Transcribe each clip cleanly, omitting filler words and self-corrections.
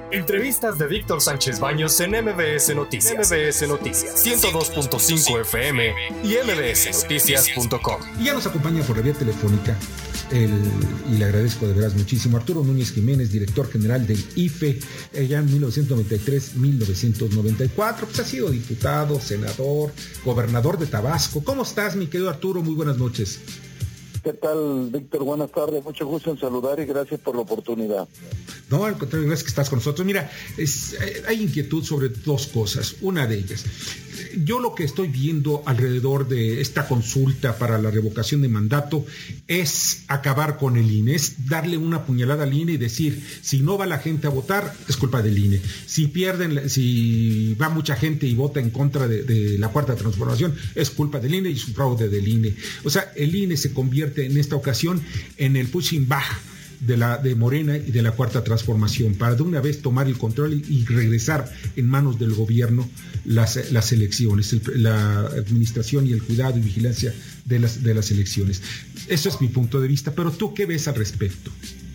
Entrevistas de Víctor Sánchez Baños en MBS Noticias. MBS Noticias 102.5 FM y mbsnoticias.com. Y ya nos acompaña por la vía telefónica y le agradezco de veras muchísimo, Arturo Núñez Jiménez, director general del IFE, ya en 1993-1994, pues ha sido diputado, senador, gobernador de Tabasco. ¿Cómo estás, mi querido Arturo? Muy buenas noches. ¿Qué tal, Víctor? Buenas tardes, mucho gusto en saludar y gracias por la oportunidad. No, al contrario, gracias que estás con nosotros. Mira, hay inquietud sobre dos cosas. Una de ellas, yo lo que estoy viendo alrededor de esta consulta para la revocación de mandato es acabar con el INE, es darle una puñalada al INE y decir, si no va la gente a votar, es culpa del INE. Si va mucha gente y vota en contra de la Cuarta Transformación, es culpa del INE y su fraude del INE. O sea, el INE se convierte en esta ocasión en el punching bag de Morena y de la Cuarta Transformación, para de una vez tomar el control y regresar en manos del gobierno las elecciones, la administración y el cuidado y vigilancia de las elecciones. Eso es mi punto de vista, pero ¿tú qué ves al respecto?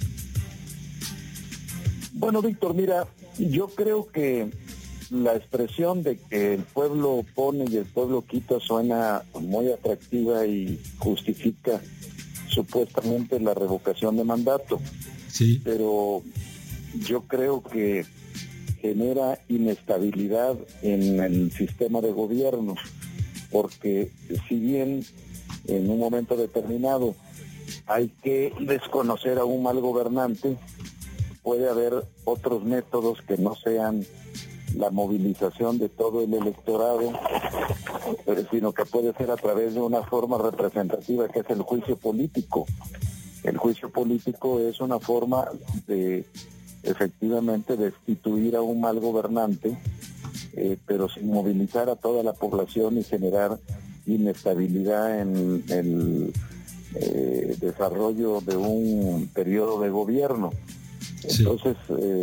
Bueno, Víctor, mira, yo creo que la expresión de que el pueblo pone y el pueblo quita suena muy atractiva y justifica supuestamente la revocación de mandato. Sí. Pero yo creo que genera inestabilidad en el sistema de gobierno, porque si bien en un momento determinado hay que desconocer a un mal gobernante, puede haber otros métodos que no sean la movilización de todo el electorado, sino que puede ser a través de una forma representativa que es el juicio político. El juicio político es una forma de efectivamente destituir a un mal gobernante, pero sin movilizar a toda la población y generar inestabilidad en el desarrollo de un periodo de gobierno. Sí. Entonces,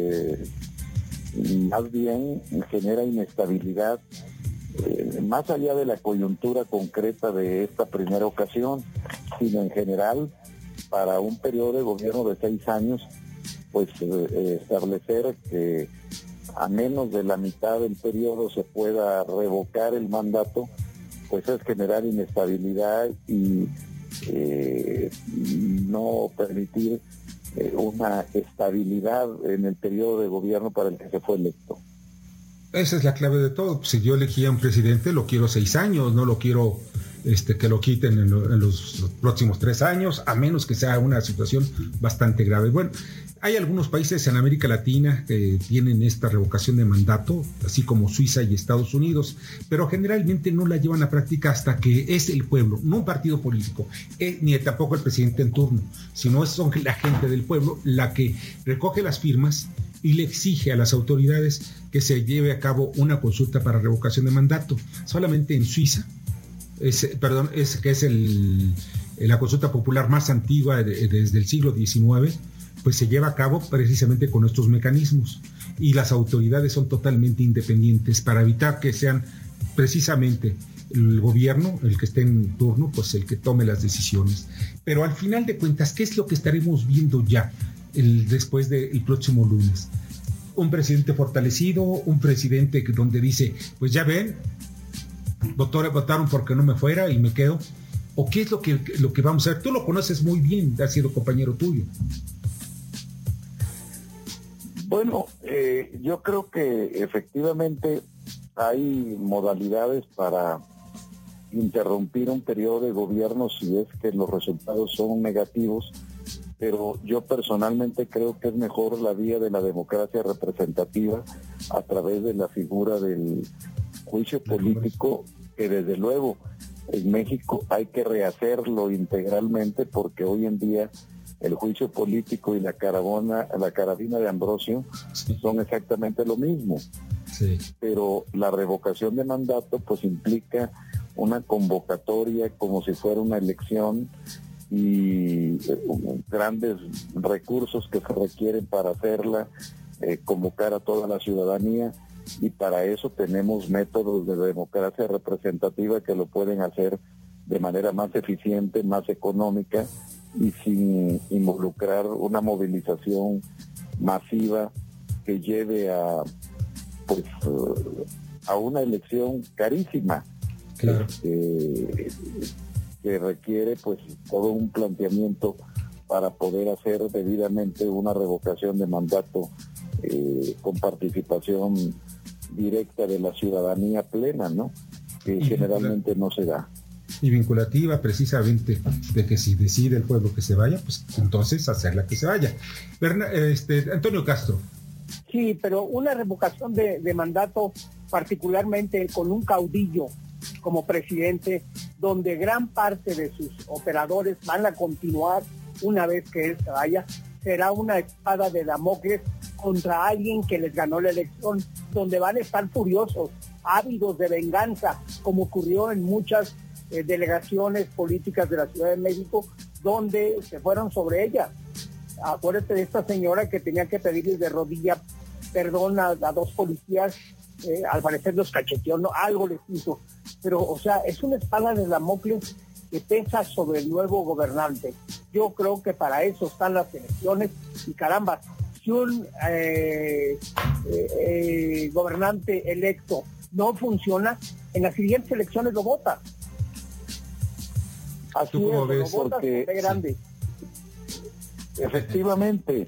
más bien genera inestabilidad más allá de la coyuntura concreta de esta primera ocasión, sino en general para un periodo de gobierno de 6 años, pues establecer que a menos de la mitad del periodo se pueda revocar el mandato, pues es generar inestabilidad y no permitir una estabilidad en el periodo de gobierno para el que se fue electo. Esa es la clave de todo. Si yo elegí a un presidente, lo quiero 6 años, no lo quiero que lo quiten en los próximos 3 años, a menos que sea una situación bastante grave. Bueno, hay algunos países en América Latina que tienen esta revocación de mandato, así como Suiza y Estados Unidos, pero generalmente no la llevan a práctica hasta que es el pueblo, no un partido político, ni tampoco el presidente en turno, sino son la gente del pueblo la que recoge las firmas y le exige a las autoridades que se lleve a cabo una consulta para revocación de mandato. Solamente en Suiza, la consulta popular más antigua desde el siglo XIX, pues se lleva a cabo precisamente con estos mecanismos, y las autoridades son totalmente independientes para evitar que sean precisamente el gobierno, el que esté en turno, pues el que tome las decisiones. Pero al final de cuentas, ¿qué es lo que estaremos viendo ya después del próximo lunes? Un presidente fortalecido, un presidente donde dice, pues ya ven, votaron porque no me fuera y me quedo. ¿O qué es lo que vamos a ver? Tú lo conoces muy bien, has sido compañero tuyo. Bueno, yo creo que efectivamente hay modalidades para interrumpir un periodo de gobierno si es que los resultados son negativos, pero yo personalmente creo que es mejor la vía de la democracia representativa a través de la figura del juicio político, que desde luego en México hay que rehacerlo integralmente, porque hoy en día el juicio político y la carabina de Ambrosio son exactamente lo mismo. Sí. Pero la revocación de mandato pues implica una convocatoria como si fuera una elección y grandes recursos que se requieren para hacerla, convocar a toda la ciudadanía, y para eso tenemos métodos de democracia representativa que lo pueden hacer de manera más eficiente, más económica y sin involucrar una movilización masiva que lleve a una elección carísima. Claro. Que requiere pues todo un planteamiento para poder hacer debidamente una revocación de mandato con participación directa de la ciudadanía plena, ¿no? Que generalmente no se da. Y vinculativa, precisamente, de que si decide el pueblo que se vaya, pues entonces hacerla que se vaya. Antonio Castro. Sí, pero una revocación de mandato, particularmente con un caudillo como presidente, donde gran parte de sus operadores van a continuar una vez que él se vaya, será una espada de Damocles contra alguien que les ganó la elección, donde van a estar furiosos, ávidos de venganza, como ocurrió en muchas delegaciones políticas de la Ciudad de México, donde se fueron sobre ella. Acuérdate de esta señora que tenía que pedirles de rodilla perdón a dos policías, al parecer los cacheteó, no, algo les hizo. Pero, o sea, es una espada de Damocles que pesa sobre el nuevo gobernante. Yo creo que para eso están las elecciones y caramba, si un gobernante electo no funciona, en las siguientes elecciones lo vota. Así es, lo votas porque grande. Efectivamente,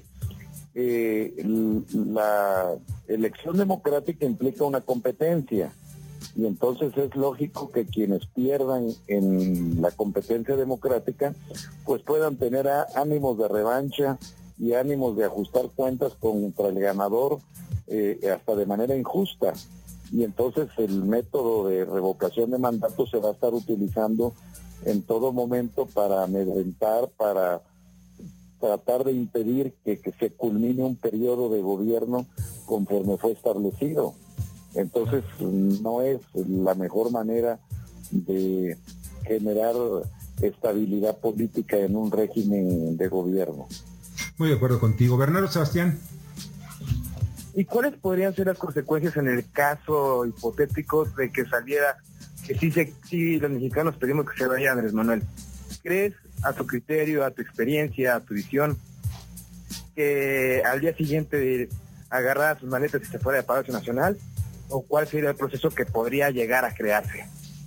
la elección democrática implica una competencia y entonces es lógico que quienes pierdan en la competencia democrática pues puedan tener ánimos de revancha y ánimos de ajustar cuentas contra el ganador hasta de manera injusta, y entonces el método de revocación de mandato se va a estar utilizando en todo momento para amedrentar, para tratar de impedir que se culmine un periodo de gobierno conforme fue establecido. Entonces no es la mejor manera de generar estabilidad política en un régimen de gobierno. Muy de acuerdo contigo. Bernardo Sebastián. ¿Y cuáles podrían ser las consecuencias en el caso hipotético de que saliera que sí los mexicanos pedimos que se vaya Andrés Manuel? ¿Crees, a tu criterio, a tu experiencia, a tu visión, que al día siguiente agarrara sus maletas y se fuera de Palacio Nacional? ¿O cuál sería el proceso que podría llegar a crearse?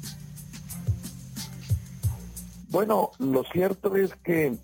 Bueno, lo cierto es que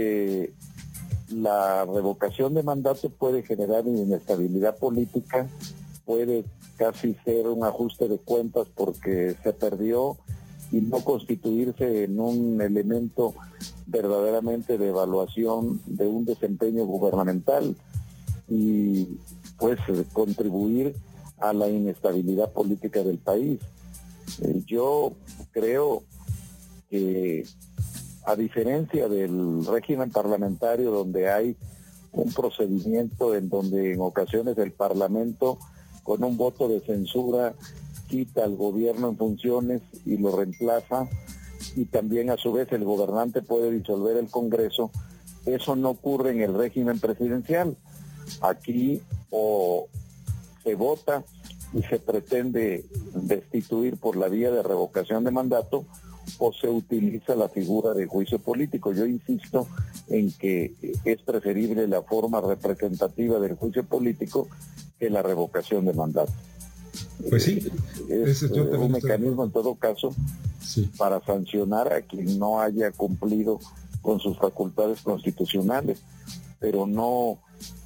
la revocación de mandato puede generar inestabilidad política, puede casi ser un ajuste de cuentas porque se perdió y no constituirse en un elemento verdaderamente de evaluación de un desempeño gubernamental y pues contribuir a la inestabilidad política del país. Yo creo que a diferencia del régimen parlamentario donde hay un procedimiento en donde en ocasiones el Parlamento con un voto de censura quita al gobierno en funciones y lo reemplaza, y también a su vez el gobernante puede disolver el Congreso, eso no ocurre en el régimen presidencial. Aquí o se vota y se pretende destituir por la vía de revocación de mandato o se utiliza la figura de juicio político. Yo insisto en que es preferible la forma representativa del juicio político que la revocación de mandato. Pues sí, es un mecanismo en todo caso para sancionar a quien no haya cumplido con sus facultades constitucionales, pero no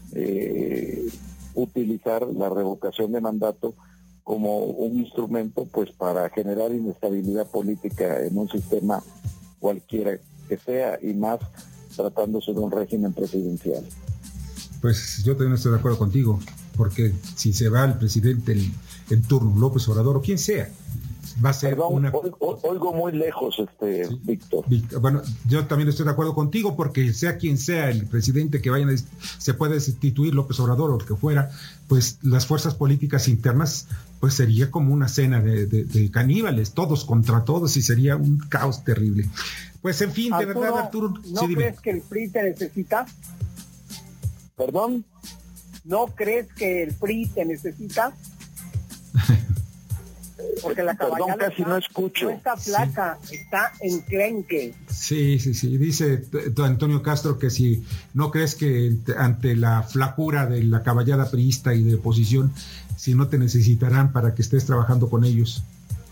utilizar la revocación de mandato como un instrumento pues para generar inestabilidad política en un sistema cualquiera que sea, y más tratándose de un régimen presidencial. Pues yo también estoy de acuerdo contigo, porque si se va el presidente en turno, López Obrador o quien sea, va a ser oigo muy lejos, ¿sí? Víctor. Bueno, yo también estoy de acuerdo contigo, porque sea quien sea el presidente que vayan se puede destituir, López Obrador o lo que fuera, pues las fuerzas políticas internas, pues sería como una cena de caníbales, todos contra todos, y sería un caos terrible. Pues en fin, Arturo, de verdad, Arturo, ¿no crees que el PRI te necesita? ¿Perdón? ¿No crees que el PRI te necesita? porque la caballada casi no escucho. No está flaca, está enclenque. Sí. Dice Antonio Castro que si no crees que ante la flacura de la caballada priista y de oposición, si no te necesitarán para que estés trabajando con ellos.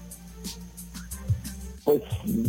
Pues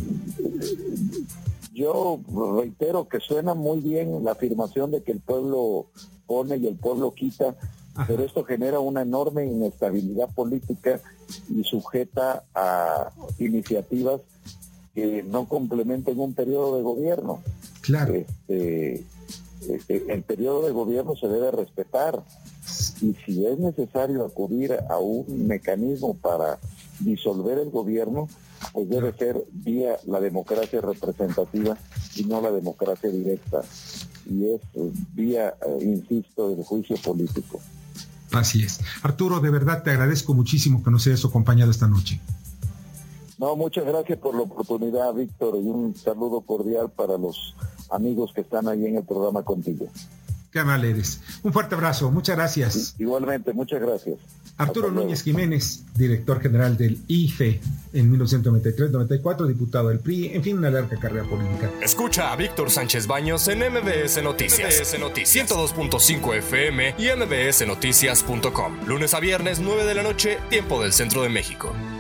yo reitero que suena muy bien la afirmación de que el pueblo pone y el pueblo quita. Ajá. Pero esto genera una enorme inestabilidad política y sujeta a iniciativas que no complementen un periodo de gobierno. Claro. El periodo de gobierno se debe respetar, y si es necesario acudir a un mecanismo para disolver el gobierno, pues debe ser vía la democracia representativa y no la democracia directa, y es vía, insisto, el juicio político. Así es. Arturo, de verdad te agradezco muchísimo que nos hayas acompañado esta noche. No, muchas gracias por la oportunidad, Víctor, y un saludo cordial para los amigos que están ahí en el programa contigo. Qué amable eres. Un fuerte abrazo, muchas gracias. Igualmente, muchas gracias. Arturo Núñez Jiménez, director general del IFE en 1993-94, diputado del PRI, en fin, una larga carrera política. Escucha a Víctor Sánchez Baños en MBS Noticias. 102.5 FM y mbsnoticias.com. Lunes a viernes, 9 de la noche, tiempo del Centro de México.